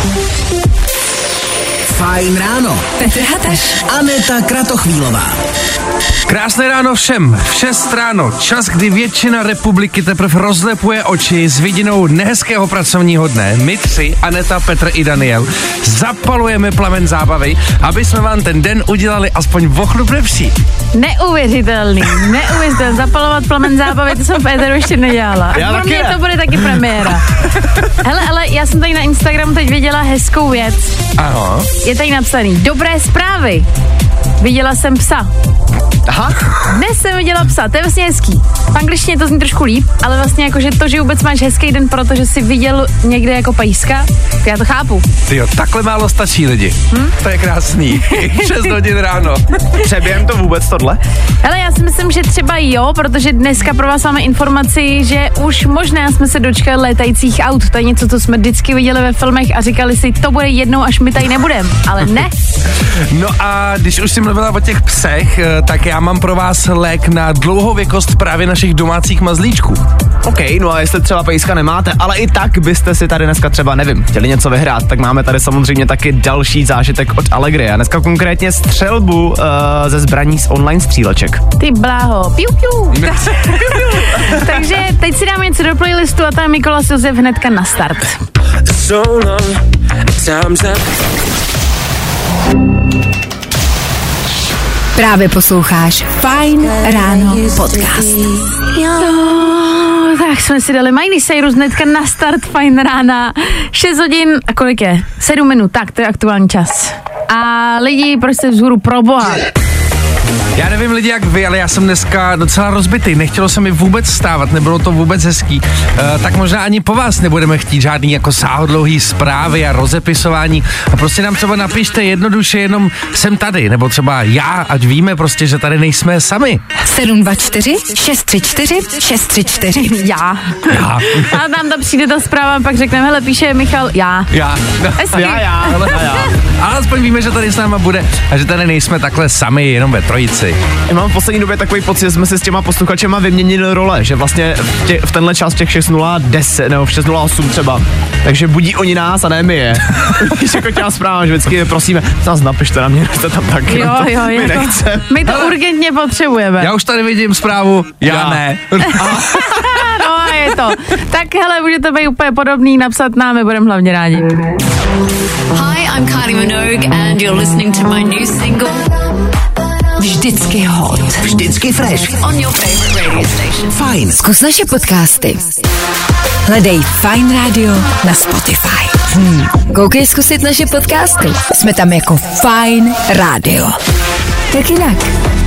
Fajn ráno. Petr Hataš. Aneta Kratochvílová. Krásné ráno všem. V 6 ráno, čas, kdy většina republiky teprve rozlepuje oči s vidinou nehezkého pracovního dne. My tři, Aneta, Petr i Daniel, zapalujeme plamen zábavy, aby jsme vám ten den udělali aspoň o chlup lepší. Neuvěřitelný. Zapalovat plamen zábavy, to jsem v éteru ještě nedělala. Pro mě to bude taky premiéra. Hele, ale já jsem tady na Instagramu teď viděla hezkou věc. Aha. Je tady napsaný: dobré zprávy. Viděla jsem psa. Aha. Dnes jsem viděla psa, to je vlastně hezký. V angličtině to zní trošku líp, ale vlastně jakože to, že vůbec máš hezký den, protože jsi viděl někde jako pejska, já to chápu. Tyjo, takhle málo stačí lidi. To je krásný. 6 hodin ráno. Přeběhem to vůbec tohle? Hele, já si myslím, že třeba jo, protože dneska pro vás máme informaci, že už možná jsme se dočkali létajících aut. To je něco, co jsme vždycky viděli ve filmech a říkali si, to bude jednou, až my tady nebudeme. Ale ne. No a když už jsi mluvila o těch psech, tak já mám pro vás lék na dlouhověkost právě našich domácích mazlíčků. OK, no a jestli třeba pejska nemáte, ale i tak byste si tady dneska třeba, nevím, chtěli něco vyhrát, tak máme tady samozřejmě taky další zážitek od Allegri. A dneska konkrétně střelbu ze zbraní z online stříleček. Ty bláho, piu, piu. Takže teď si dáme něco do playlistu a tam Mikolas Josef hnedka na start. Právě posloucháš Fajn ráno podcast. Jo, tak jsme si dali Miley Cyrus hnedka na start Fajn rána. 6 hodin a kolik je? 7 minut, tak to je aktuální čas. A lidi, prostě vzhůru pro boha. Já nevím lidi jak vy, ale já jsem dneska docela rozbitý, nechtělo se mi vůbec vstávat, nebylo to vůbec hezký, tak možná ani po vás nebudeme chtít žádný jako sáhodlouhý zprávy a rozepisování a prostě nám třeba napište jednoduše jenom jsem tady, nebo třeba já, ať víme prostě, že tady nejsme sami. 724 634 634. Já. A nám tam přijde ta zpráva, pak řekneme, hele, píše Michal, já. Já. Ale aspoň víme, že tady s náma bude a že tady nejsme takhle sami, jenom ve trojici. Já mám v poslední době takový pocit, že jsme si s těma posluchačema vyměnili role, že vlastně v tenhle čas těch 6.10 nebo v 6.08 třeba, takže budí oni nás a ne my je. Víš, jako těma zpráva, že vždycky prosíme, nás napište na mě, jste tam taky. Jo, my nechceme. My to urgentně potřebujeme. Já už tady vidím zprávu, já ne. No a je to. Tak hele, můžete být úplně podobný, napsat nám, my budeme hlavně rádi. Hi, I'm Kylie Minogue and you're listening to my new single. Vždycky hot. Vždycky fresh. On your favorite radio station. Fajn. Zkus naše podcasty. Hledej Fajn Radio na Spotify. Koukej zkusit naše podcasty. Jsme tam jako Fajn Radio. Tak jinak.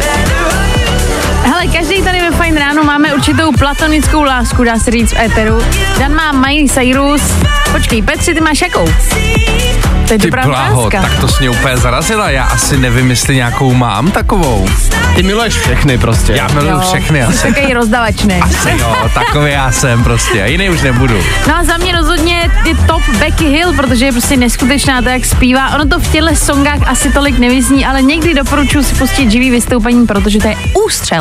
Hele, každý tady ve Fajn ráno máme určitou platonickou lásku, dá se říct v éteru. Dan má Miley Cyrus. Počkej, Petři, ty máš jakou? To je Ty dobrá bláho, otázka. tak to jsi mě úplně zarazila, já asi nevím, jestli nějakou mám takovou. Ty miluješ všechny prostě. Já miluju všechny asi. Takový rozdavačný. Asi jo, takový já jsem prostě, a jiný už nebudu. No a za mě rozhodně je top Becky Hill, protože je prostě neskutečná to, jak zpívá. Ono to v těchto songách asi tolik nevyzní, ale někdy doporučuji si pustit živý vystoupení, protože to je ústřel.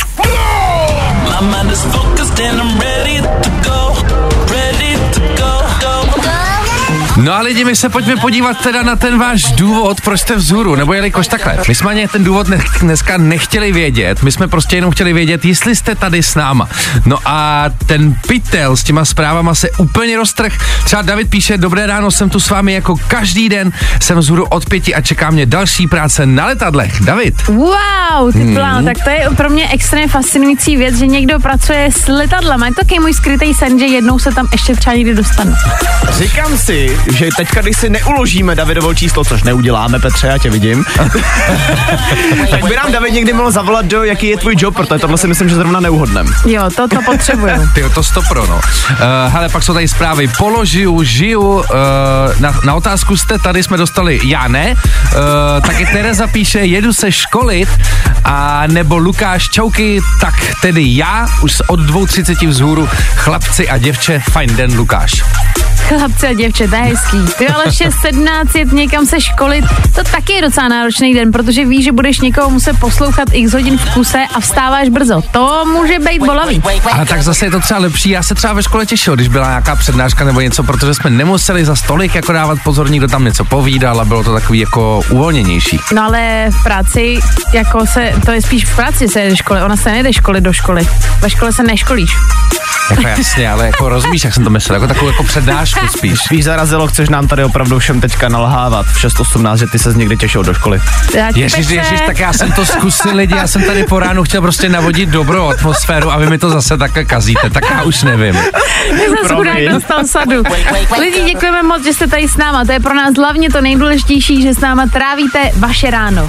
No a lidi, my se pojďme podívat teda na ten váš důvod, proč jste vzhůru, nebo jelikož takhle. My jsme ani ten důvod dneska nechtěli vědět, my jsme prostě jenom chtěli vědět, jestli jste tady s náma. No a ten pytel s těma zprávama se úplně roztrh. Třeba David píše, dobré ráno, jsem tu s vámi jako každý den, jsem vzhůru od 5 a čeká mě další práce na letadlech. David. Wow, ty plán, tak to je pro mě extrémně fascinující věc, že někdo pracuje s letadlama. Je to taky můj skrytý sen, že jednou se tam ještě třeba někdy dostanu. Říkám si, že teďka, když si neuložíme Davidovo číslo, což neuděláme, Petře, já tě vidím, tak by nám David někdy mohl zavolat, jaký je tvůj job, protože tohle si myslím, že zrovna neuhodnem. Jo, to potřebuju. Tyjo, to 100%, no. Hele, pak jsou tady zprávy. Žiju, na otázku jste tady jsme dostali já ne. Taky Tereza píše, jedu se školit, a nebo Lukáš, čauky, tak tedy já už od 2:30 vzhůru, chlapci a děvče, fajn den, Lukáš. Chlapci a děvče, to je hezký. Ty ale 6:17 jet někam se školit, to taky je docela náročný den, protože víš, že budeš někoho muset poslouchat x hodin v kuse a vstáváš brzo. To může být bolavý. Ale tak zase je to třeba lepší. Já se třeba ve škole těšil, když byla nějaká přednáška nebo něco, protože jsme nemuseli za stolik jako dávat pozor, někdo tam něco povídal a bylo to takový jako uvolněnější. No ale v práci, jako to je spíš v práci se jde do školy, ona se nejde školy do školy. Ve škole se neškolíš. Jako jasně, ale jako rozumíš, jak jsem to myslel, jako takovou jako přednášku spíš. Víš, zarazilo, chceš nám tady opravdu všem teďka nalhávat v 6:18, že ty ses někdy těšil do školy. Ježiš, tak já jsem to zkusil, lidi, já jsem tady po ránu chtěl prostě navodit dobrou atmosféru a vy mi to zase takhle kazíte, tak já už nevím. Jsem chudák dostal sadu. Lidi, děkujeme moc, že jste tady s náma, to je pro nás hlavně to nejdůležitější, že s náma trávíte vaše ráno.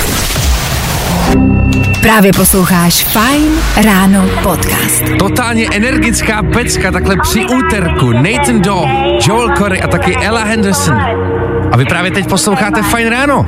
Právě posloucháš Fajn ráno podcast. Totálně energická pecka takhle při úterku. Nathan Dawe, Joel Corey a taky Ella Henderson. A vy právě teď posloucháte Fajn ráno.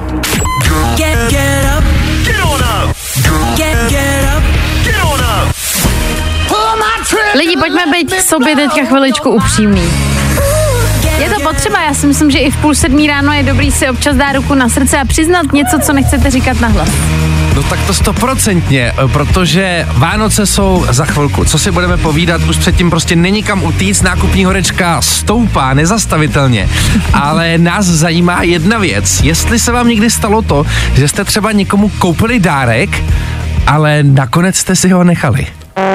Lidi, pojďme být k sobě teďka chviličku upřímný. Je to potřeba, já si myslím, že i v 6:30 ráno je dobrý si občas dát ruku na srdce a přiznat něco, co nechcete říkat nahlas. No tak to 100%, protože Vánoce jsou za chvilku. Co si budeme povídat, už předtím prostě není kam utíct, nákupní horečka stoupá nezastavitelně. Ale nás zajímá jedna věc. Jestli se vám někdy stalo to, že jste třeba někomu koupili dárek, ale nakonec jste si ho nechali.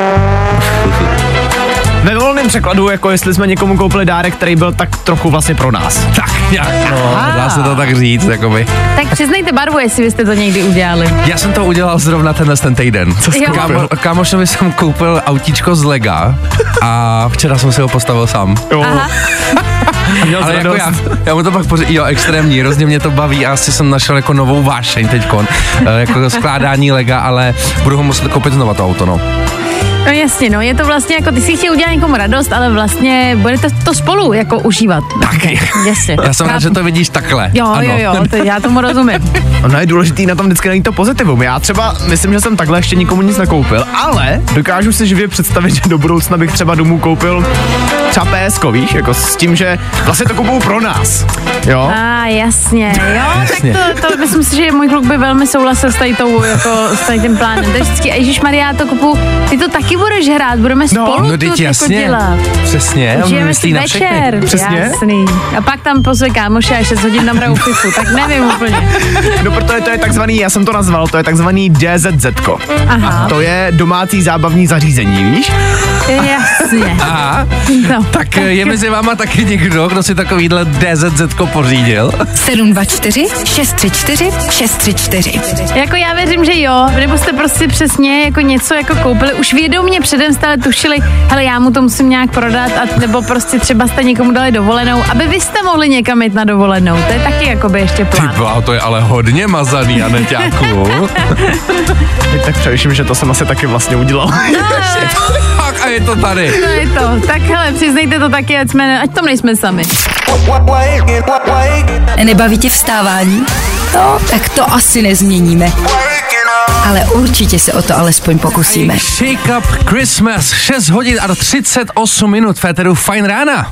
Ve volném překladu, jako jestli jsme někomu koupili dárek, který byl tak trochu vlastně pro nás. Tak nějak, dá se to tak říct, jakoby. Tak přiznejte barvu, jestli byste to někdy udělali. Já jsem to udělal zrovna ten týden. Kámošovi jsem koupil autíčko z Lega a včera jsem si ho postavil sám. Aha. Ale jako já mu to pak extrémní, hrozně mě to baví a asi jsem našel jako novou vášeň teďkon, jako skládání Lega, ale budu ho muset koupit znova to auto, no. No jasně, no, je to vlastně jako, ty si chtěl udělat někomu radost, ale vlastně budete to spolu jako užívat. Taky. Jasně. Já jsem rád, že to vidíš takhle. Jo, to já tomu rozumím. Ono je důležitý na tom vždycky najít to pozitivum. Já třeba myslím, že jsem takhle ještě nikomu nic nekoupil, ale dokážu si živě představit, že do budoucna bych třeba domů koupil třeba PSko, víš, jako s tím, že vlastně to kupuju pro nás. Jo? Jasně. Tak to myslím si, že můj kluk by velmi souhlasil s tady tím plánem. To je vždycky, ježišmarja, to kupu, ty to taky budeš hrát, budeme spolu tu jako dělat. Přesně. Užijeme si večer. Přesně. Jasný. A pak tam pozve kámoše a 6 hodin tam hrajou fifu, tak nevím úplně. No, protože to je takzvaný, já jsem to nazval, to je takzvaný DZZ-ko. Aha. To je domácí zábavní zařízení, víš? Jasně. Aha. No. Tak je mezi váma taky někdo, kdo si takovýhle DZZ-ko pořídil? 724 634 634. Jako já věřím, že jo, nebo jste prostě přesně jako něco jako koupili, už vědomě předem jste ale tušili, hele, já mu to musím nějak prodat, nebo prostě třeba jste někomu dali dovolenou, aby vy jste mohli někam jít na dovolenou. To je taky jakoby ještě plán. Ty to je ale hodně mazaný, Aneťáku. Tak přemýšlím, že to jsem asi taky vlastně udělal. Tak a je to tady. No je to. Tak hele, přiznejte to taky, ať tom nejsme sami. Nebaví tě vstávání? No, tak to asi nezměníme. Ale určitě se o to alespoň pokusíme. Shake Up Christmas, 6 hodin a 38 minut, féteru Fajn rána.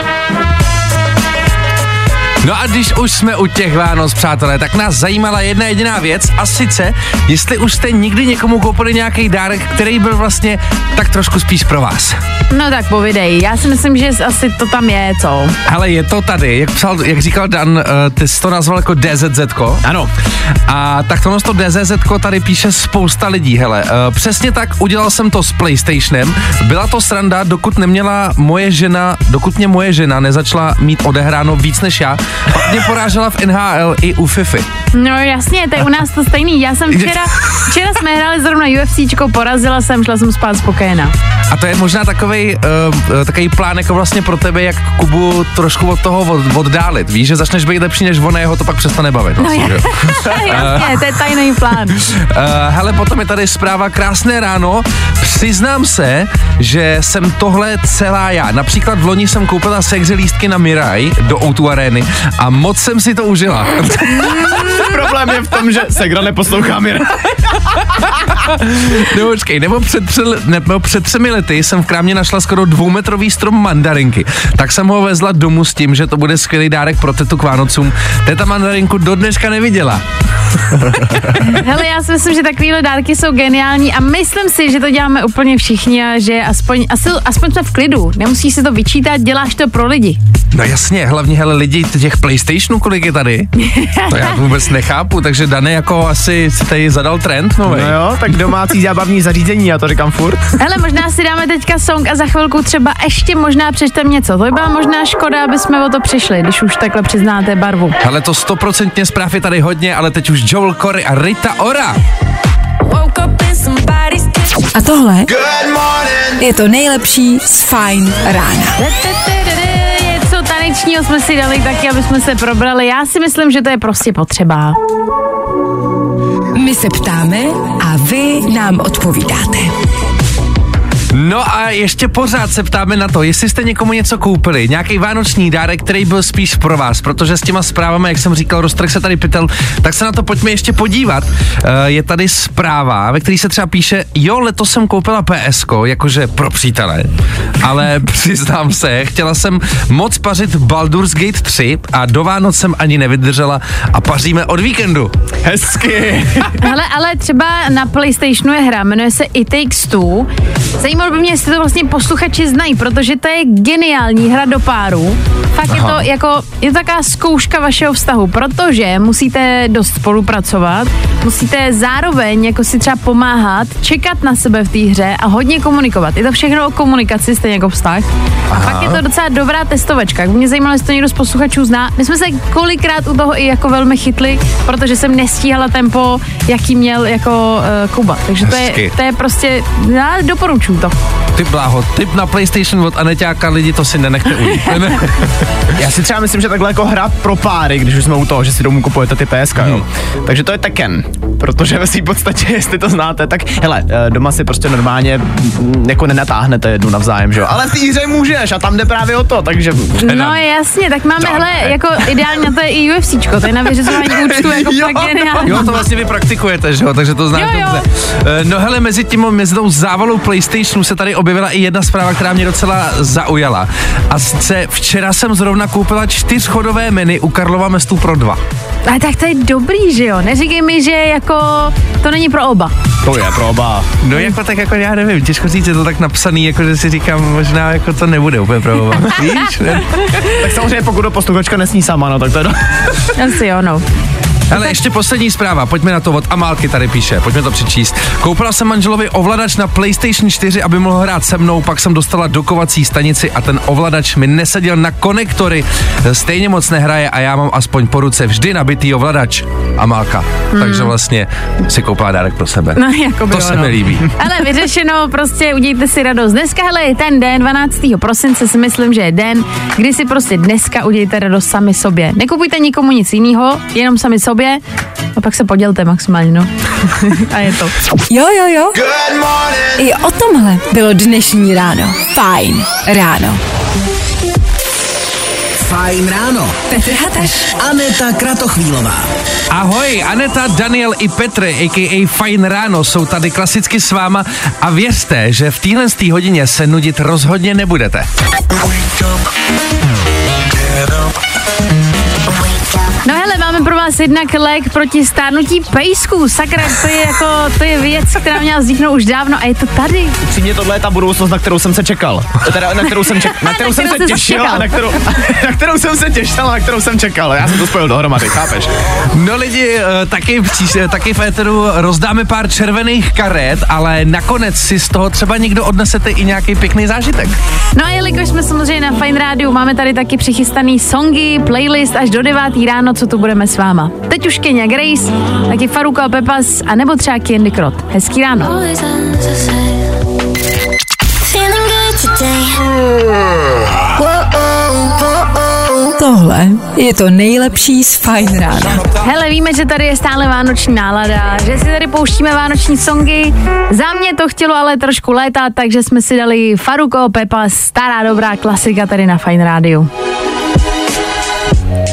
No a když už jsme u těch Vánoc, přátelé, tak nás zajímala jedna jediná věc, a sice, jestli už jste nikdy někomu koupili nějaký dárek, který byl vlastně tak trošku spíš pro vás. No tak povidej, já si myslím, že asi to tam je, co? Hele, je to tady, jak říkal Dan, ty jsi to nazval jako DZZ-ko. Ano. A tak tohle to DZZ-ko tady píše spousta lidí, hele. Přesně tak, udělal jsem to s PlayStationem, byla to sranda, dokud mě moje žena nezačala mít odehráno víc než já, pak mě porážela v NHL i u Fify. No jasně, to je u nás to stejný. Já jsem včera jsme hráli zrovna UFCčko, porazila jsem, šla jsem spát spokojená. A to je možná takový plán jako vlastně pro tebe, jak Kubu trošku od toho oddálit. Víš, že začneš být lepší než on a jeho to pak přestane bavit. No jasně, to je tajný plán. Hele, potom je tady zpráva krásné ráno. Přiznám se, že jsem tohle celá já. Například v loni jsem koupila lístky na Mirai do O2 Areny a moc jsem si to užila. Problém je v tom, že Segra neposlouchá Mirai. No počkej, nebo před 3 lety jsem v krámě našla skoro 2metrový strom mandarinky. Tak jsem ho vezla domů s tím, že to bude skvělý dárek pro tetu k Vánocům. Teta mandarinku do dneška neviděla. Hele, já si myslím, že takovýhle dárky jsou geniální a myslím si, že to děláme úplně všichni a že aspoň jsme v klidu. Nemusíš si to vyčítat, děláš to pro lidi. No jasně, hlavně hele lidi těch PlayStationů, kolik je tady? To já vůbec nechápu, takže Dane jako asi si tady zadal trend novej. No jo, tak domácí zábavní zařízení, já to říkám furt. Hele, možná si dáme teďka song a za chvilku třeba ještě možná přečtem něco. To by byla možná škoda, aby jsme o to přišli, když už takhle přiznáte barvu. Hele, to 100% zpráv je tady hodně, ale teď už Joel Corey a Rita Ora. A tohle je to nejlepší z Fajn rána. Něco tanečního jsme si dali taky, aby jsme se probrali. Já si myslím, že to je prostě potřeba. My se ptáme a vy nám odpovídáte. No a ještě pořád se ptáme na to, jestli jste někomu něco koupili, nějaký vánoční dárek, který byl spíš pro vás, protože s těma zprávami, jak jsem říkal, Rostrek se tady pytel, tak se na to pojďme ještě podívat. Je tady zpráva, ve které se třeba píše, jo, letos jsem koupila PSko, jakože pro přítele, ale přiznám se, chtěla jsem moc pařit Baldur's Gate 3 a do Vánoc jsem ani nevydržela a paříme od víkendu. Hezky. Hele, ale třeba na PlayStationu je hra, jmenuje se It Takes Two. Zajímalo by mě, jestli to vlastně posluchači znají, protože to je geniální hra do páru. Fakt je to taková zkouška vašeho vztahu, protože musíte dost spolupracovat, musíte zároveň jako si třeba pomáhat, čekat na sebe v té hře a hodně komunikovat. Je to všechno o komunikaci, stejně jako vztah. A fakt je to docela dobrá testovačka. Mě zajímalo, jestli to někdo z posluchačů zná. My jsme se kolikrát u toho i jako velmi chytli, protože jsem nestíhala tempo, jaký měl jako Kuba. Takže to je prostě, já doporučuju to. Ty bláho, tip na PlayStation od Aneťáka, lidi, to si nenechte ujít. Já si třeba myslím, že takhle jako hra pro páry, když už jsme u toho, že si domů kupujete ty PSK, jo. Takže to je Tekken, protože ve svým podstatě, jestli to znáte, tak hele, doma si prostě normálně jako nenatáhnete jednu navzájem, že jo, ale v té hře můžeš a tam jde právě o to, takže... No jasně, tak máme, hele, jako ideálně na to je i UFCčko, to je na vyřizování účtu, jako fakt geniální. Jo, to vlastně vy praktikujete, že jo, takže to znáš dobře. No hele, mezi tou závalou PlayStationu se tady objevila i jedna zpráva, která mě docela zaujala. A včera jsem zrovna koupila 4chodové menu u Karlova Mestu pro 2. Ale tak to je dobrý, že jo? Neříkej mi, že jako to není pro oba. To je pro oba. No jako tak jako já nevím, těžko říct, je to tak napsaný, jako že si říkám, možná jako to nebude úplně pro oba. Víš? Tak samozřejmě pokud do posluchačka nesní sama, no tak to je Asi jo, no. Ale ještě poslední zpráva, pojďme na to, od Amálky tady píše, pojďme to přečíst. Koupila jsem manželovi ovladač na PlayStation 4, aby mohl hrát se mnou, pak jsem dostala dokovací stanici a ten ovladač mi neseděl na konektory, stejně moc nehraje a já mám aspoň po ruce vždy nabitý ovladač. Amálka, takže vlastně si koupila dárek pro sebe. No, jako to se mi líbí. Ale vyřešeno, prostě udějte si radost. Dneska, hele, je ten den, 12. prosince si myslím, že je den, kdy si prostě dneska udějte radost sami sobě. Nekupujte nikomu nic jiného, jenom sami sobě. A pak se podělte maximálně, no. A je to. Jo. I o tomhle bylo dnešní ráno. Fajn ráno. Fajn ráno. Petr Hataš. Aneta Kratochvílová. Ahoj, Aneta, Daniel i Petr, a.k.a. Fajn ráno, jsou tady klasicky s váma a věřte, že v téhle hodině se nudit rozhodně nebudete. No hele, máme pro vás jednak lék proti stárnutí pejsků. Sakra, to je věc, která měla vzniknout už dávno a je to tady. Upřímně, tohle je ta budoucnost, na kterou jsem se čekal. Teda na kterou jsem se těšil a na kterou jsem se těšil a na kterou jsem čekal. Já jsem to spojil dohromady, chápeš? No lidi, taky v éteru rozdáme pár červených karet, ale nakonec si z toho třeba někdo odnesete i nějaký pěkný zážitek. No a jelikož jsme samozřejmě na Fajn rádiu, máme tady taky přichystaný songy, playlist až do 9 ráno, co tu budeme s váma. Teď už Kenya Grace, taky Farruko a Pepas a nebo třeba Candy Krot. Hezký ráno. Tohle je to nejlepší z Fajn rána. Hele, víme, že tady je stále vánoční nálada, že si tady pouštíme vánoční songy. Za mě to chtělo ale trošku létat, takže jsme si dali Farruko, Pepas, stará dobrá klasika tady na Fajn rádiu.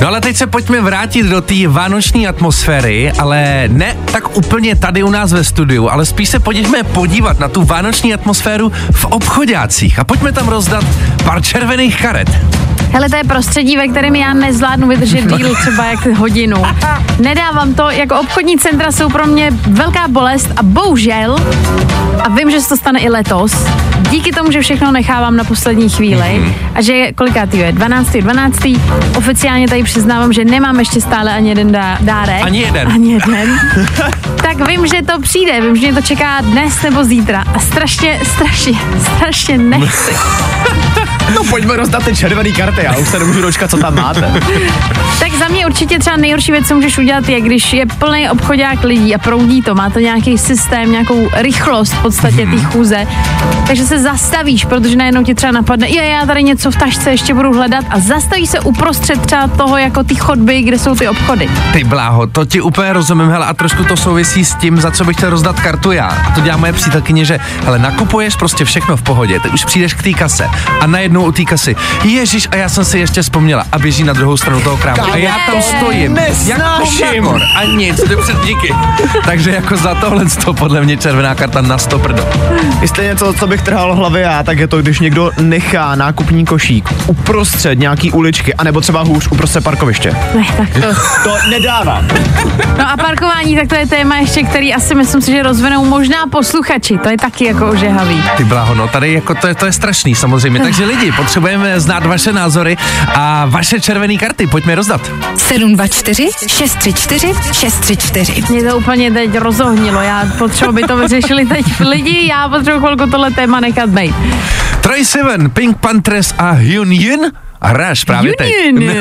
No ale teď se pojďme vrátit do té vánoční atmosféry, ale ne tak úplně tady u nás ve studiu, ale spíš se pojďme podívat na tu vánoční atmosféru v obchodácích a pojďme tam rozdat pár červených karet. Hele, to je prostředí, ve kterém já nezvládnu vydržet díl třeba jak hodinu. Nedávám to, jako obchodní centra jsou pro mě velká bolest a bohužel, a vím, že se to stane i letos, díky tomu, že všechno nechávám na poslední chvíli a že kolikátý je, 12. Oficiálně tady přiznávám, že nemám ještě stále ani jeden dárek. Ani jeden. Tak vím, že to přijde, vím, že mě to čeká dnes nebo zítra a strašně nechci. No pojďme rozdat ty červený karty, já už se nemůžu dočkat, co tam máte. Tak za mě určitě třeba nejhorší věc, co můžeš udělat, je, když je plný obchodák lidí a proudí to, má to nějaký systém, nějakou rychlost v podstatě té chůze, takže se zastavíš, protože najednou ti třeba napadne, já tady něco v tašce ještě budu hledat a zastavíš se uprostřed třeba toho jako ty chodby, kde jsou ty obchody. Ty bláho, to ti úplně rozumím, hele, a trošku to souvisí s tím, za co bych chtěl rozdat kartu já. A to dělá moje přítelkyně, že hele, nakupuješ prostě všechno v pohodě, teď už přijdeš k té kase a najednou u té kasy, ježiš, a já jsem si ještě vzpomněla a běží na druhou stranu toho krámu. A já tam stojím, nesnáším. A nic, díky. Takže jako za tohle to podle mě červená karta na 100 prdo. Jestli něco, co bych trhal hlavy já, tak je to, když někdo nechá nákupní košík uprostřed nějaký uličky, anebo třeba hůř uprostřed parkoviště. Ne, tak To nedávám. No a parkování, tak to je téma ještě, který asi myslím si, že rozvinou možná posluchači, to je taky jako ožehavý. Ty bláho, no tady jako to je strašný samozřejmě, takže lidi, potřebujeme znát vaše názory a vaše červené karty, pojďme rozdat. 724 634 634. Mě to úplně teď rozohnilo, já potřebuji, by to vyřešili teď lidi, já potřebuji chvilku tohle téma nechat bejt. Troye Sivan, Pink Panthers a Hyun a hráš právě teď.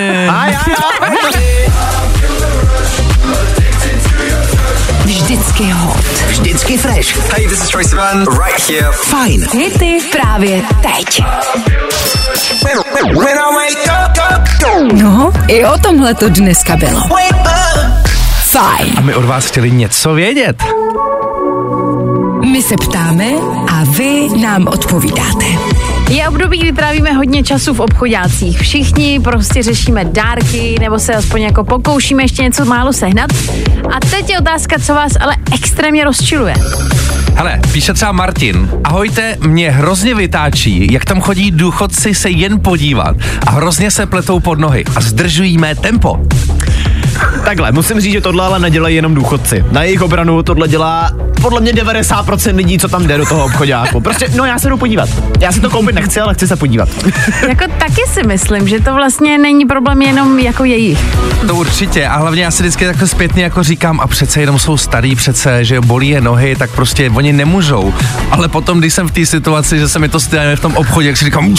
Vždycky hot. Vždycky fresh. Hey, this is Troye Sivan right here. Fajn. Hity právě teď. When I wake up, No, i o tomhle to dneska bylo. Fajn. A my od vás chtěli něco vědět. My se ptáme a vy nám odpovídáte. Je období, kdy trávíme hodně času v obchodácích. Všichni prostě řešíme dárky, nebo se aspoň jako pokoušíme ještě něco málo sehnat. A teď je otázka, co vás ale extrémně rozčiluje. Hele, píše třeba Martin. Ahojte, mě hrozně vytáčí, jak tam chodí důchodci se jen podívat a hrozně se pletou pod nohy a zdržují mé tempo. Takhle, musím říct, že tohle ale nedělají jenom důchodci. Na jejich obranu tohle dělá podle mě 90% lidí, co tam jde do toho obchodáku. Prostě, no já se jdu podívat. Já si to koupit nechci, ale chci se podívat. Jako taky si myslím, že to vlastně není problém jenom jako jejich. To určitě a hlavně já si vždycky takhle zpětně jako říkám a přece jenom jsou starý přece, že bolí je nohy, tak prostě oni nemůžou. Ale potom, když jsem v té situaci, že se mi to stane v tom obchodě, jak si říkám,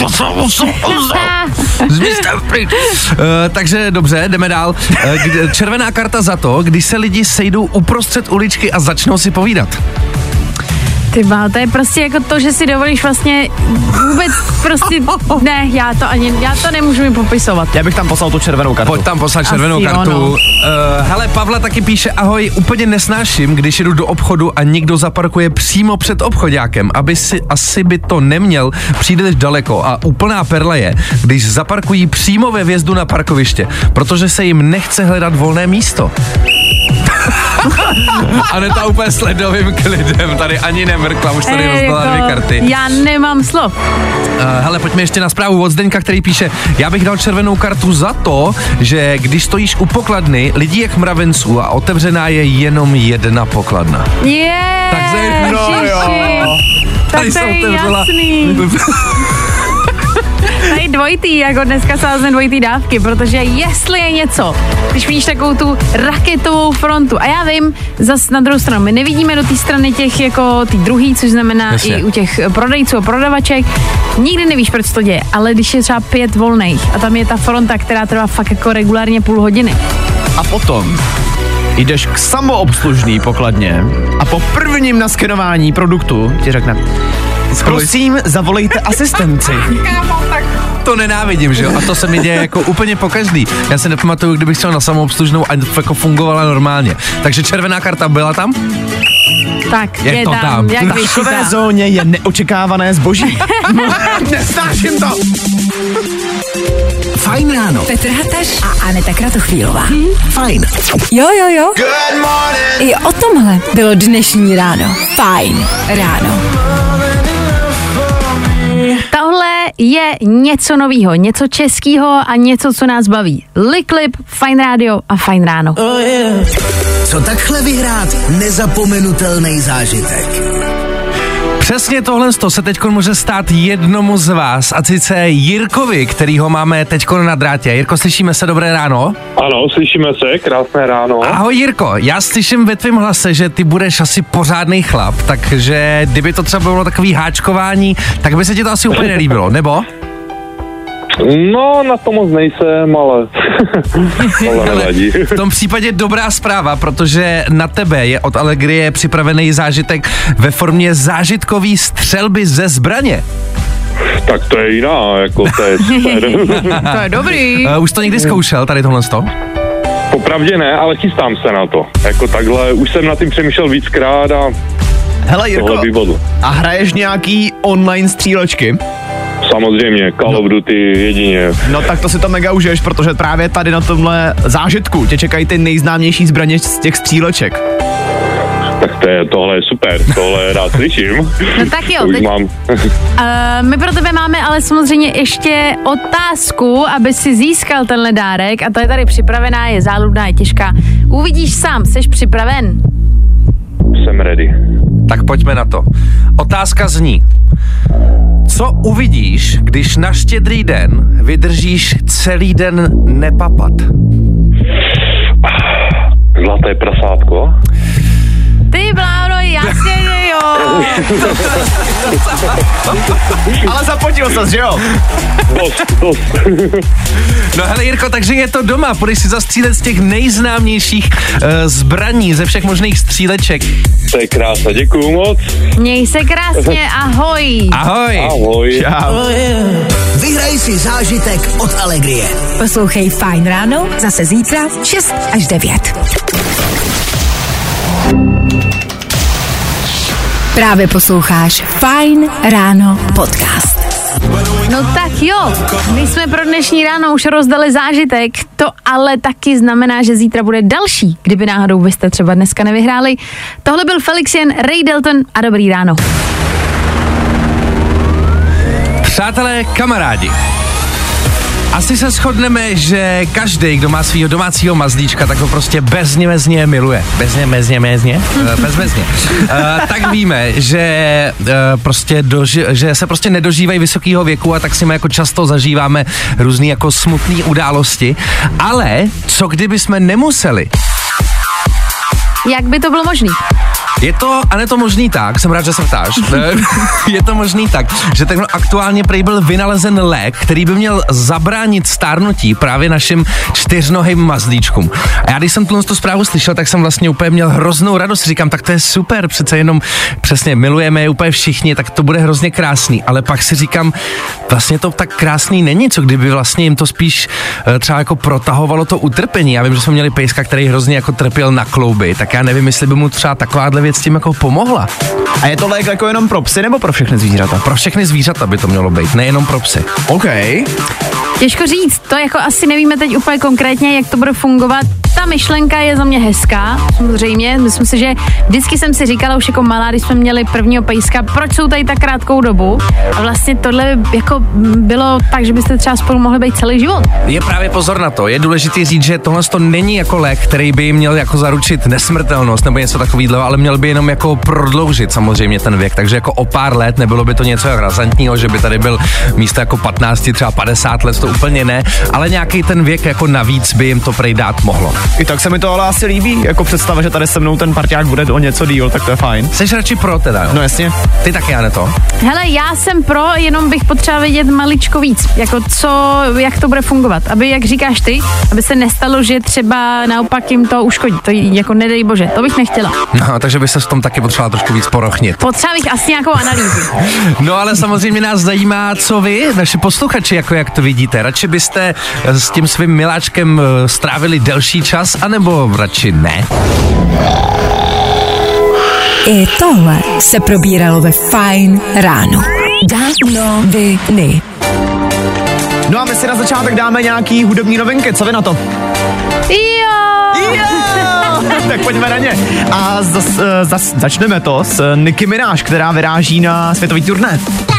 takže dobře, jdeme dál. Červená karta za to, když se lidi sejdou uprostřed uličky a začnou si povídat. Ty bá, to je prostě jako to, že si dovolíš vlastně vůbec prostě, ne, já to nemůžu mi popisovat. Já bych tam poslal tu červenou kartu. Pojď tam poslat červenou Asi kartu. ono. Hele, Pavla taky píše, ahoj, úplně nesnáším, když jdu do obchodu a někdo zaparkuje přímo před obchodákem, asi by to neměl příliš daleko a úplná perla je, když zaparkují přímo ve vjezdu na parkoviště, protože se jim nechce hledat volné místo. Aneta úplně s ledovým klidem, tady ani nemrkla, už tady rozdala 2 karty. Já nemám slov. Hele, pojďme ještě na zprávu od Zdeňka, který píše, já bych dal červenou kartu za to, že když stojíš u pokladny, lidí jak mravenců a otevřená je jenom jedna pokladna. Takže, no jo. Tak to je jasný. Tady dvojitý, jako dneska sázne dvojitý dávky, protože jestli je něco, když vidíš takovou tu raketovou frontu, a já vím, zas na druhou stranu, my nevidíme do té strany těch jako tý druhý, což znamená Jasně. i u těch prodejců a prodavaček, nikdy nevíš, proč to děje, ale když je třeba 5 volných a tam je ta fronta, která trvá fakt jako regulárně půl hodiny. A potom jdeš k samoobslužný pokladně a po prvním naskenování produktu ti řekne, prosím, zavolejte asistenci. to nenávidím, že jo? A to se mi děje jako úplně pokaždý. Já si nepamatuju, kdybych šel na samoobslužnou a jako fungovala normálně. Takže červená karta byla tam? Tak, Je je to tam. jak V takové vyšitá. zóně je neočekávané zboží. Nesnáším to. Fajn ráno. Petr Hataš a Aneta Kratochvílová. Fajn. Jo. Good morning. I o tomhle bylo dnešní ráno. Fajn ráno. Tohle je něco novýho, něco českýho a něco, co nás baví. Liklip, Fajn rádio a Fajn ráno. Co takhle vyhrát nezapomenutelný zážitek? Přesně tohle se teď může stát jednomu z vás, a sice Jirkovi, kterýho máme teď na drátě. Jirko, slyšíme se, dobré ráno? Ano, slyšíme se, krásné ráno. Ahoj Jirko, já slyším ve tvém hlase, že ty budeš asi pořádný chlap, takže kdyby to třeba bylo takový háčkování, tak by se ti to asi úplně nelíbilo, nebo? No, na to moc nejsem, ale nevadí. V tom případě dobrá zpráva, protože na tebe je od Allegrie připravený zážitek ve formě zážitkový střelby ze zbraně. Tak to je jiná, jako to je super. To je dobrý. Už to někdy zkoušel, tady tohle sto? Popravdě ne, ale chystám se na to. Jako takhle, už jsem nad tím přemýšlel víckrát a Hele Jirko, a hraješ nějaký online střílečky? Samozřejmě, Call of Duty jedině. No tak to si to mega užiješ, protože právě tady na tomhle zážitku tě čekají ty nejznámější zbraně z těch stříleček. Tak tohle je super, tohle rád slyším. No tak jo, teď, my pro tebe máme ale samozřejmě ještě otázku, aby si získal tenhle dárek, a ta je tady připravená, je záludná, je těžká. Uvidíš sám, jsi připraven? Jsem ready. Tak pojďme na to. Otázka zní: co uvidíš, když na Štědrý den vydržíš celý den nepapat? Zlaté prasátko. Ty bláno, jasně, že jo. Ale zapotil ses, že jo? Dost. No hele Jirko, takže je to doma, půjdeš si zastřílet z těch nejznámějších zbraní, ze všech možných stříleček. To je krása, děkuju moc. Měj se krásně, ahoj. Ahoj. Ahoj. Čau. Vyhraj si zážitek od Allegrie. Poslouchej Fajn ráno zase zítra 6 až 9. Právě posloucháš Fajn ráno podcast. No tak jo, my jsme pro dnešní ráno už rozdali zážitek, to ale taky znamená, že zítra bude další, kdyby náhodou byste třeba dneska nevyhráli. Tohle byl Felixien, Ray Dalton a dobrý ráno. Přátelé, kamarádi, asi se shodneme, že každý, kdo má svýho domácího mazlíčka, tak ho prostě bezmezně miluje. Bezmezně? Tak víme, že že se prostě nedožívají vysokého věku, a tak si my jako často zažíváme různý jako smutné události. Ale co kdyby jsme nemuseli? Jak by to bylo možný? Je to možný tak, jsem rád, že se ptáš, je to možný tak, že takhle aktuálně prej byl vynalezen lék, který by měl zabránit stárnutí právě našim čtyřnohým mazlíčkům. A já když jsem tu zprávu slyšel, tak jsem vlastně úplně měl hroznou radost, říkám, tak to je super, přece jenom přesně milujeme je úplně všichni, tak to bude hrozně krásný, ale pak si říkám, vlastně to tak krásný není, co kdyby vlastně jim to spíš třeba jako protahovalo to utrpení. Já vím, že jsme měli pejska, který hrozně jako trpěl na klouby, tak já nevím, jestli by mu třeba takováhle věc tím jako pomohla. A je to lék jako jenom pro psy nebo pro všechny zvířata? Pro všechny zvířata by to mělo být, nejenom pro psy. OK. Těžko říct, to jako asi nevíme teď úplně konkrétně, jak to bude fungovat. Ta myšlenka je za mě hezká, samozřejmě. Myslím si, že vždycky jsem si říkala už jako malá, když jsme měli prvního pejska, proč jsou tady tak krátkou dobu. A vlastně tohle jako bylo tak, že byste třeba spolu mohli být celý život. Je právě pozor na to, je důležité říct, že tohle to není jako lék, který by jim měl jako zaručit nesmrtelnost nebo něco takového, ale měl by jenom jako prodloužit samozřejmě ten věk. Takže jako o pár let, nebylo by to něco razantního, že by tady byl místo jako 15, třeba 50 let, to úplně ne, ale nějaký ten věk jako navíc by jim to prej dát mohlo. I tak se mi to ale asi líbí, jako představa, že tady se mnou ten parťák bude o něco díl, tak to je fajn. Jseš radši pro teda, jo? No jasně. Ty taky, Aneto? Hele, já jsem pro, jenom bych potřeba vědět maličko víc, jako jak to bude fungovat, aby, jak říkáš ty, aby se nestalo, že třeba naopak jim to uškodí, to jako nedej bože, to bych nechtěla. No, takže by se v tom taky potřebovala trošku víc porochnit. Potřeba bych asi nějakou analýzu. No, ale samozřejmě nás zajímá, co vy, naši posluchači, jako jak to vidíte. Radši byste s tím svým miláčkem strávili delší čas, anebo radši ne? I tohle se probíralo ve Fajn ráno. Dávno viny. No a my si na začátek dáme nějaký hudební novinky, co vy na to? Jo! Tak pojďme na ně. A začneme to s Nicki Minaj, která vyráží na světový turné.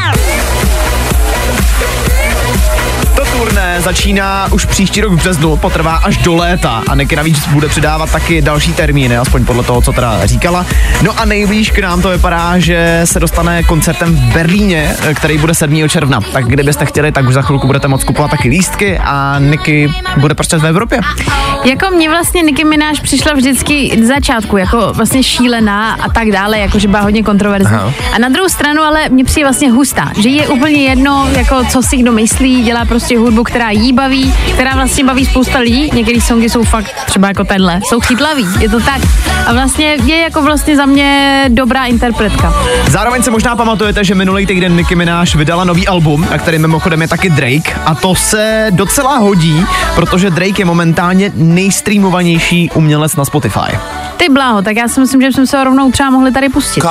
To turné začíná už příští rok v březnu, potrvá až do léta a Nicki navíc bude přidávat taky další termíny, aspoň podle toho, co teda říkala. No a nejblíž k nám to vypadá, že se dostane koncertem v Berlíně, který bude 7. června. Tak kdybyste chtěli, tak už za chvilku budete moct kupovat taky lístky a Nicki bude prostě v Evropě. Jako mě vlastně Nicki Minaj přišla vždycky z začátku jako vlastně šílená a tak dále, jakože byla hodně kontroverzní. Aha. A na druhou stranu ale mě přijde vlastně hustá, že je úplně jedno, jako co si kdo myslí, dělá prostě hudbu, která jí baví, která vlastně baví spousta lidí. Některé songy jsou fakt třeba jako tenhle, jsou chytlavý, je to tak. A vlastně je jako vlastně za mě dobrá interpretka. Zároveň se možná pamatujete, že minulý týden Nicki Minaj vydala nový album, na který mimochodem je taky Drake a to se docela hodí, protože Drake je momentálně nejstreamovanější umělec na Spotify. Ty bláho, tak já si myslím, že jsme se ho rovnou třeba mohli tady pustit.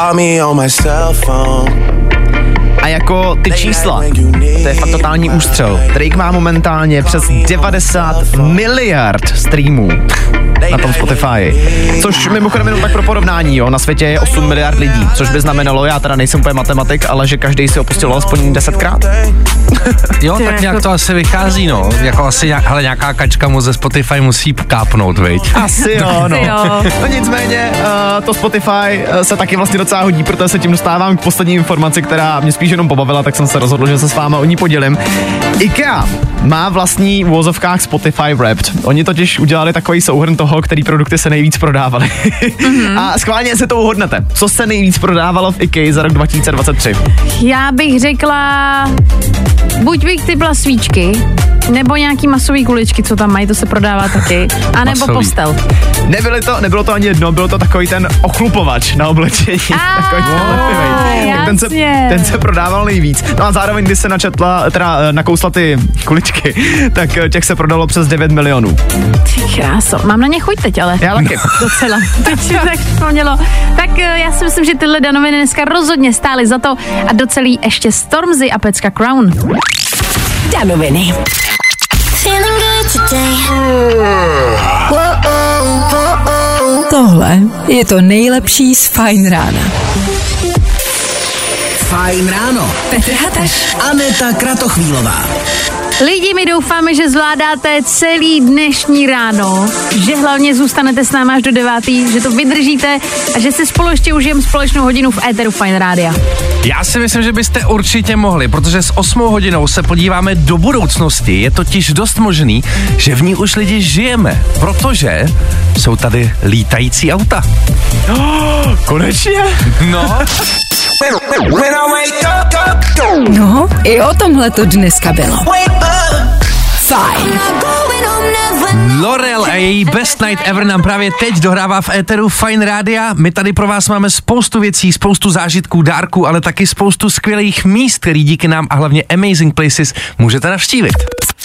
A jako ty čísla, to je fakt totální ústřel. Drake má momentálně přes 90 miliard streamů na tom Spotify. Což mimochodem jenom tak pro porovnání, jo, na světě je 8 miliard lidí, což by znamenalo, já teda nejsem úplně matematik, ale že každý si ho pustil alespoň 10krát. Jo, tak nějak to asi vychází, no. Jako asi nějaká kačka mu ze Spotify musí kápnout, viď? Asi jo, no. No nicméně, to Spotify se taky vlastně docela hodí, protože se tím dostávám k poslední informaci, která mě spíš jenom pobavila, tak jsem se rozhodl, že se s váma o ní podělím. IKEA má vlastní v uvozovkách Spotify Wrapped. Oni totiž udělali takový souhrn toho, který produkty se nejvíc prodávaly. A schválně si to uhodnete. Co se nejvíc prodávalo v IKEA za rok 2023? Já bych řekla, buď bych typla svíčky, nebo nějaký masový kuličky, co tam mají, to se prodává taky, a nebo postel. Nebylo to ani jedno, bylo to takový ten ochlupovač na oblečení. Takový ten se prodával nejvíc. No a zároveň, když se nakousla ty kuličky, tak těch se prodalo přes 9 milionů. Ty kráso, mám na ně chuť teď, ale. Já taky. Docela. Teď se tak vzpomnělo. Tak já si myslím, že tyhle danoviny dneska rozhodně stály za to a docelí ještě Stormzy a pecka Crown. Danoviny. Tohle je to nejlepší z Fajn rána. Fajn ráno. Petr Hataš. Aneta Kratochvílová. Lidi, my doufáme, že zvládáte celý dnešní ráno, že hlavně zůstanete s námi až do 9, že to vydržíte a že si spolu ještě užijeme společnou hodinu v éteru Fajn rádia. Já si myslím, že byste určitě mohli, protože s 8 hodinou se podíváme do budoucnosti. Je totiž dost možný, že v ní už lidi žijeme, protože jsou tady lítající auta. Konečně? No. No, i o tomhle to dneska bylo. Fajn. L'Oreal a její Best Night Ever nám právě teď dohrává v éteru Fajn rádia. My tady pro vás máme spoustu věcí, spoustu zážitků, dárků, ale taky spoustu skvělých míst, který díky nám a hlavně Amazing Places můžete navštívit.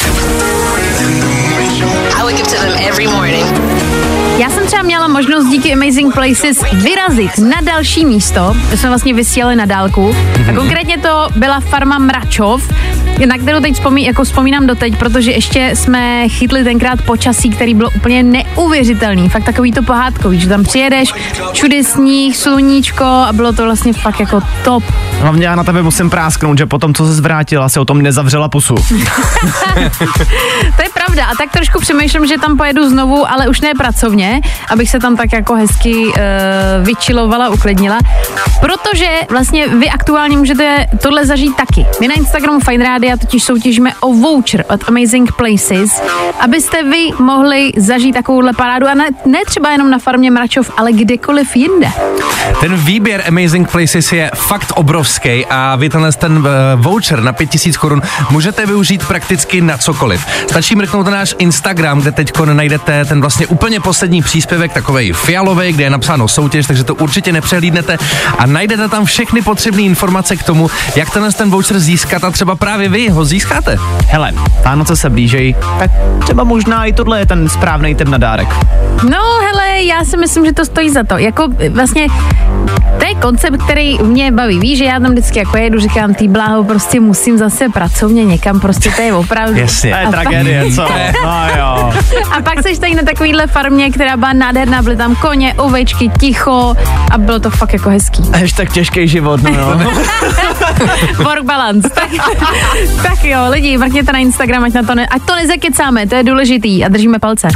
Já jsem třeba měla možnost díky Amazing Places vyrazit na další místo, kde jsme vlastně vysílali na dálku. A konkrétně to byla farma Mračov, na kterou teď vzpomínám doteď, protože ještě jsme chytli tenkrát počasí, který bylo úplně neuvěřitelný. Fakt takový to pohádkový, že tam přijedeš, všude sníh, sluníčko a bylo to vlastně fakt jako top. Hlavně já na tebe musím prásknout, že potom, co se zvrátila, se o tom nezavřela pusu. To je pravda a tak trošku přemýšlím, že tam pojedu znovu, ale už ne pracovně, abych se tam tak jako hezky vyčilovala, uklidnila, protože vlastně vy aktuálně můžete tohle zažít taky. My na Instagramu Fajn Rádia totiž soutěžíme o voucher od Amazing Places, abyste vy mohli zažít takovouhle parádu a ne třeba jenom na farmě Mračov, ale kdekoliv jinde. Ten výběr Amazing Places je fakt obrovský a vy ten voucher na 5000 korun můžete využít prakticky na cokoliv. Stačí mrknout na náš Instagram, kde teď najdete ten vlastně úplně poslední příspěvek, takovej fialový, kde je napsáno soutěž, takže to určitě nepřehlídnete a najdete tam všechny potřebné informace k tomu, jak ten voucher získat a třeba právě vy vy ho získáte? Hele, Vánoce se blížejí, tak třeba možná i tohle je ten správný typ na dárek. No hele, já si myslím, že to stojí za to. Jako vlastně to je koncept, který mě baví. Víš, že já tam vždycky jako jedu, říkám, ty bláho, prostě musím zase pracovně někam, prostě to je opravdu. Jasně. To je tragédie, co? No jo. A pak seš tady na takovýhle farmě, která byla nádherná, byly tam koně, ovečky, ticho a bylo to fakt jako hezký. Tak těžký život, no jo. Work balance. Tak jo, lidi, mrkněte na Instagram, ať to nezakecáme, to je důležitý a držíme palce.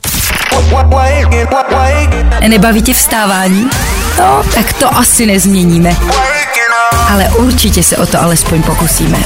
Nebaví tě vstávání? No, tak to asi nezměníme. Ale určitě se o to alespoň pokusíme.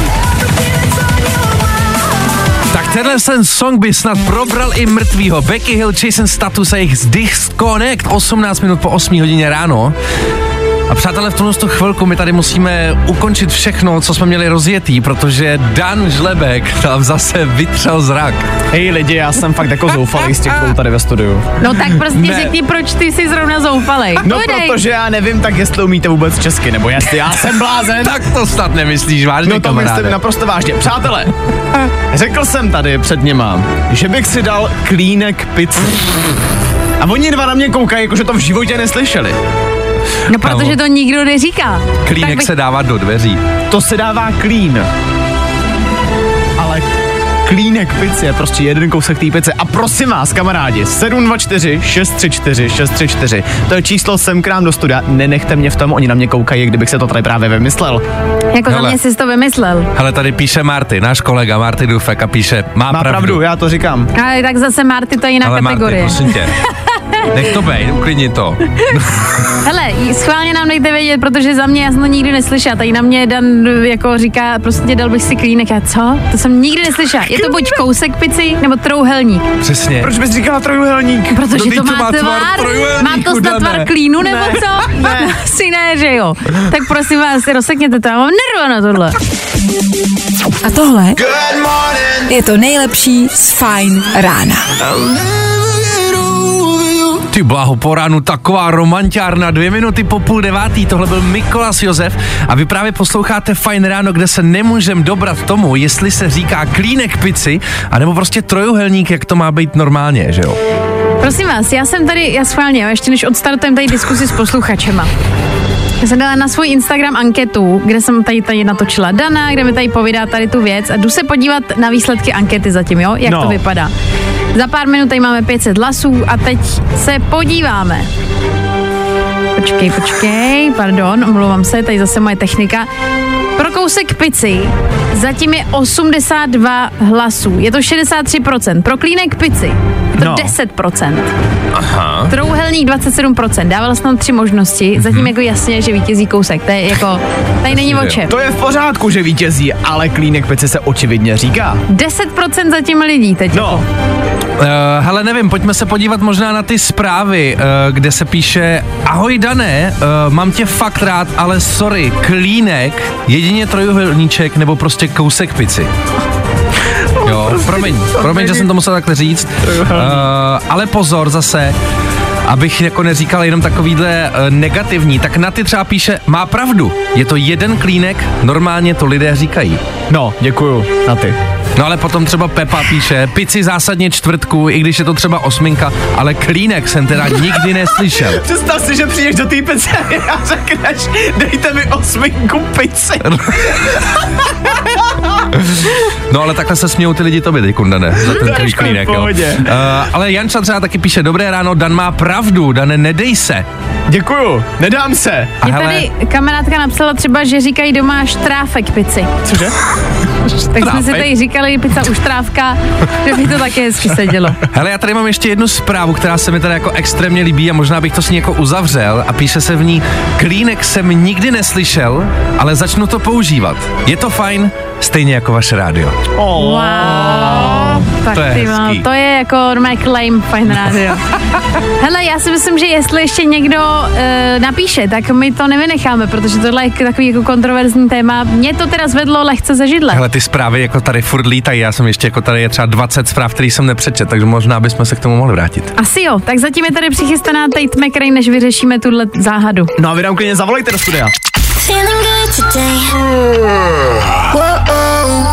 Tak tenhle song by snad probral i mrtvýho. Becky Hill, Jason Status a jejich Disconnect, 18 minut po 8 hodině ráno. A přátelé, v tomhle chvilku my tady musíme ukončit všechno, co jsme měli rozjetý, protože Dan Žlebek tam zase vytřel zrak. Hej lidi, já jsem fakt jako zoufalý z těch dvou tady ve studiu. No tak prostě řekni, proč ty jsi zrovna zoufalej. No protože já nevím, tak jestli umíte vůbec česky, nebo jestli já jsem blázen. Tak to snad nemyslíš vážně, no to kamaráde. myslím naprosto vážně. Přátelé, řekl jsem tady před něma, že bych si dal klínek pizzy. A oni dva na mě koukají, jakože to v životě neslyšeli. No protože to nikdo neříká. Klínek se dává do dveří. To se dává klín. Ale klínek pizzy je prostě jeden kousek té pizzy. A prosím vás, kamarádi, 724 634 634. To je číslo sem k nám do studia. Nenechte mě v tom, oni na mě koukají, kdybych se to tady právě vymyslel. Jako za mě jsi to vymyslel. Hele, tady píše Marty, náš kolega Marty Dufek a píše, má pravdu, já to říkám. Ale tak zase Marty, to je jiná kategorie. Marty, prosím tě. Nech to bejt, uklidni to. Hele, schválně nám dejte vědět, protože za mě já jsem to nikdy neslyšela. Tady na mě Dan jako říká, prostě dal bych si klínek. A co? To jsem nikdy neslyšela. Je to buď kousek pici, nebo trouhelník. Přesně. Proč bys říkala trojuhelník? Protože to má tvar. Má to snad tvar klínu, nebo ne, co? Ne. Asi ne, že jo. Tak prosím vás, rozsekněte to, já mám nerva na tohle. A tohle je to nejlepší z Fajn rána. Ty bláho, po ránu taková romantiárna, 2 minuty po 8:30, tohle byl Mikolas Josef a vy právě posloucháte Fajn ráno, kde se nemůžem dobrat tomu, jestli se říká klínek pici, anebo prostě trojuhelník, jak to má být normálně, že jo? Prosím vás, já schválně, ještě než odstartujeme tady diskusi s posluchačema. Já jsem dala na svůj Instagram anketu, kde jsem tady natočila Dana, kde mi tady povídá tady tu věc a jdu se podívat na výsledky ankety zatím, jo, jak to vypadá. Za pár minut tady máme 500 hlasů a teď se podíváme. Počkej, pardon, omlouvám se, tady zase moje technika. Pro kousek pici zatím je 82 hlasů, je to 63%. Pro klínek pici je to 10%. Aha. Trouhelník 27%, dával jsem tam 3 možnosti, zatím jako jasně, že vítězí kousek, to je jako, tady není o čem. To je v pořádku, že vítězí, ale klínek pici se očividně říká. 10% zatím lidí teď. No. Hele, nevím, pojďme se podívat možná na ty zprávy, kde se píše: ahoj Dané, mám tě fakt rád, ale sorry, klínek, jedině trojuhelníček nebo prostě kousek pici. Jo, promiň, že jsem to musel takhle říct, ale pozor zase, abych jako neříkal jenom takovýhle negativní, tak na ty třeba píše, má pravdu, je to jeden klínek, normálně to lidé říkají. No, děkuju, na ty. No ale potom třeba Pepa píše, pici zásadně čtvrtku, i když je to třeba 8, ale klínek jsem teda nikdy neslyšel. Představ si, že přijdeš do té pizzerie a řekneš, dejte mi 8 pici. No ale takhle se smějou ty lidi tobě, ty kundane, za ten tvůj klínek, jo. Ale Janča třeba taky píše, dobré ráno, Dan má pravdu, Dane, nedej se. Děkuju, nedám se. Mě tady kamarádka napsala třeba, že říkají doma štráfek pici. Cože? Tak jsme si tady říkali pizza uštrávka, že by to také hezky sedělo. Hele, já tady mám ještě jednu zprávu, která se mi teda jako extrémně líbí a možná bych to s ní jako uzavřel a píše se v ní, klínek jsem nikdy neslyšel, ale začnu to používat. Je to fajn, stejně jako vaše rádio. Wow, tak to je jako normální claim Fajn rádio. Hele, já si myslím, že jestli ještě někdo napíše, tak my to nevynecháme, protože tohle je takový jako kontroverzní téma. Mě to teda zvedlo lehce ze židle. Hele, ty zprávy jako tady furt lítají, já jsem ještě jako tady je třeba 20 zpráv, který jsem nepřečet, takže možná bychom se k tomu mohli vrátit. Asi jo, tak zatím je tady přichystaná Tate McRae, než vyřešíme tuhle záhadu. No a vy nám klidně zavolejte do studia.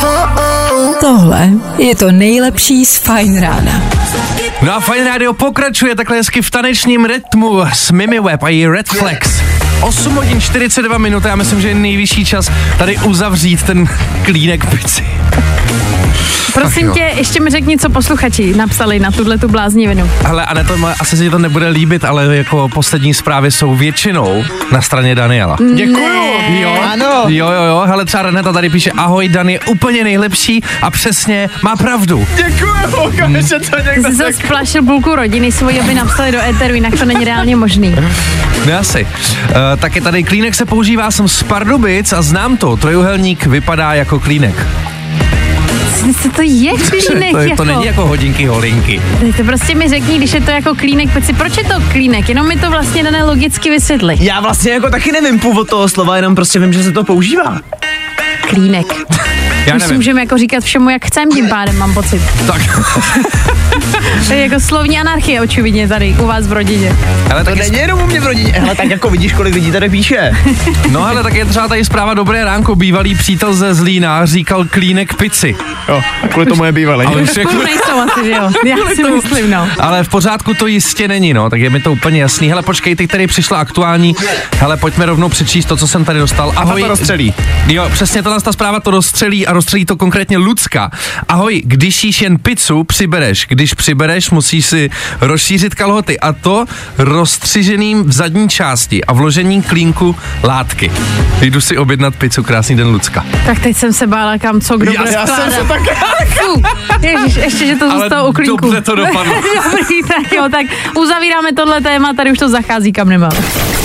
Tohle je to nejlepší z Fajn rána. No a Fajn rádio pokračuje takhle hezky v tanečním rytmu s Mimi Webb a její Red Flags. 8 hodin 42 minut, já myslím, že je nejvyšší čas tady uzavřít ten klínek pici. Prosím tě, ještě mi řekni, co posluchači napsali na tu bláznivinu. Hele, Aneto, asi si to nebude líbit, ale jako poslední zprávy jsou většinou na straně Daniela. Děkuju. Jo, ano. Jo, hele, třeba Renata tady píše, ahoj, Dan je úplně nejlepší a přesně má pravdu. Děkuju, konečně to někdo Jsi se splašil půlku rodiny svoji, aby napsali do éteru, jinak to není reálně možný. No asi. Tak je tady klínek se používá, jsem z Pardubic a znám to, trojuhelník vypadá jako klínek. To je klínek to není jako hodinky, holinky. To prostě mi řekni, když je to jako klínek, proč je to klínek, jenom mi to vlastně dané logicky vysvětli. Já vlastně jako taky nevím původ toho slova, jenom prostě vím, že se to používá. Klínek. Já už si můžeme jako říkat všemu, jak chcem, tím pádem mám pocit. Tak. To je jako slovní anarchie očividně tady u vás v rodině. Ale to není jenom u mě v rodině, hele, tak jako vidíš, kolik lidí tady píše. No ale tak je třeba tady zpráva dobré ránko, bývalý přítel ze Zlína říkal klínek pici. Jo, a kvůli tomu je bývalý. Ale nejsou asi, že jo, já si myslím, no. Ale v pořádku to jistě není, no, tak je mi to úplně jasný. Hele, počkej, teď tady přišla aktuální, hele, pojďme rovnou přečíst to, co jsem tady dostal. Ahoj. A to rozstřelí. Jo, přesně ta zpráva to rozstřelí a rozstřelí to konkrétně Lucka. Ahoj, když jíš jen pizzu, přibereš. Když přibereš, musíš si rozšířit kalhoty a to rozstřiženým v zadní části a vložením klínku látky. Jdu si objednat pizzu, krásný den, Lucka. Tak teď jsem se bála, kam co kdo bude Já jsem se tak... Ježiš, ještě, že to zůstalo u klínku. Ale dobře to dopadlo. Dobrý, tak jo, tak uzavíráme tohle téma, tady už to zachází kam nemá.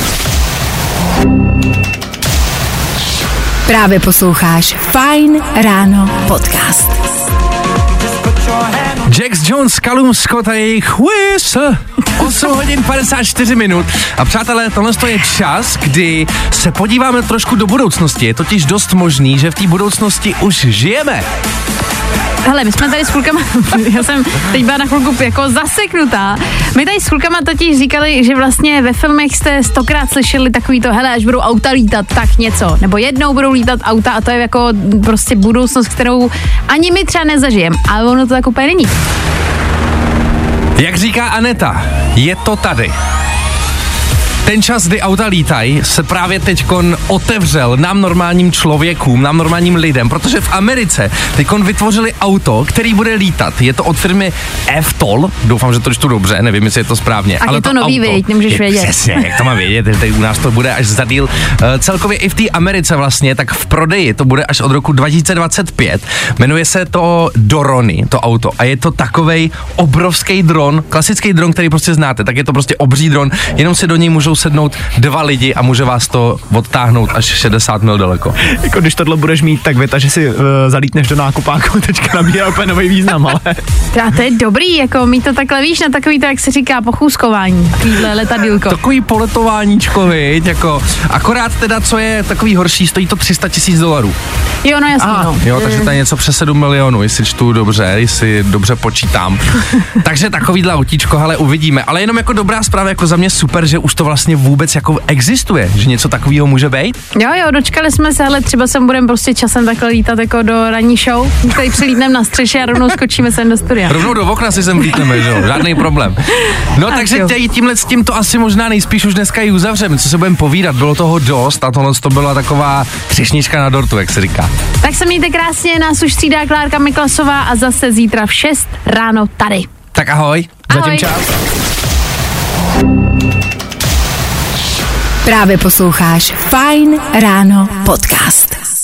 Právě posloucháš Fajn ráno podcast. Jax Jones, Callum Scott a jejich Whistle. 8 hodin 54 minut. A přátelé, tohle je čas, kdy se podíváme trošku do budoucnosti. Je totiž dost možný, že v té budoucnosti už žijeme. Hele, my jsme tady s klukama, já jsem teď byla na chvilku jako zaseknutá. My tady s klukama totiž říkali, že vlastně ve filmech jste 100krát slyšeli takový to, hele, až budou auta lítat, tak něco. Nebo jednou budou lítat auta a to je jako prostě budoucnost, kterou ani my třeba nezažijeme. Ale ono to tak úplně není. Jak říká Aneta, je to tady. Ten čas, kdy auta lítají, se právě teďkon otevřel nám normálním člověkům, nám normálním lidem, protože v Americe teďkon vytvořili auto, který bude lítat. Je to od firmy Eftol, doufám, že to čtu dobře, nevím, jestli je to správně. Ale je to nový, viď, nemůžeš vědět. Přesně, jak to mám vědět, tady u nás to bude až za díl. Celkově i v té Americe vlastně, tak v prodeji to bude až od roku 2025. Jmenuje se to Dorony, to auto, a je to takovej obrovský dron, klasický dron, který prostě znáte, tak je to prostě obří dron, jenom si do něj můžou sednout 2 lidi a může vás to odtáhnout až 60 mil daleko. Jako když tohle budeš mít, tak věta, že si zalítneš do nákupáku, teďka nabírá úplně nový význam, ale... A to je dobrý, jako mít to takhle, víš, na takový to, jak se říká, pochůzkování, takovýhle letadýlko. Takový poletováníčko, viď, jako, akorát teda, co je takový horší, stojí to $300,000. Jo, no jasný, no. Jo, takže to je něco přes 7 milionů, jestli čtu dobře, jestli dobře počítám. Takže takovýhle autíčko, hele, uvidíme. Ale jenom jako dobrá zpráva, jako za mě super, že už to vlastně vůbec jako existuje, že něco takového může být. Jo, dočkali jsme se, ale třeba sem budeme prostě časem takhle lítat jako do ranní show, tady přilítneme na střeše a rovnou skočíme sem do studia. Rovnou do okna si sem vlítneme, že jo, žádný problém. No takže tímhle s tím to asi možná nejspíš už dneska i uzavřeme, co se budeme povídat, bylo toho dost a tohle to byla taková třešnička na dortu, jak se říká. Tak se mějte krásně, nás už střídá Klárka Miklasová a zase zítra v 6 ráno tady. Tak ahoj. Ahoj. Zatím čau. Právě posloucháš Fajn ráno podcast.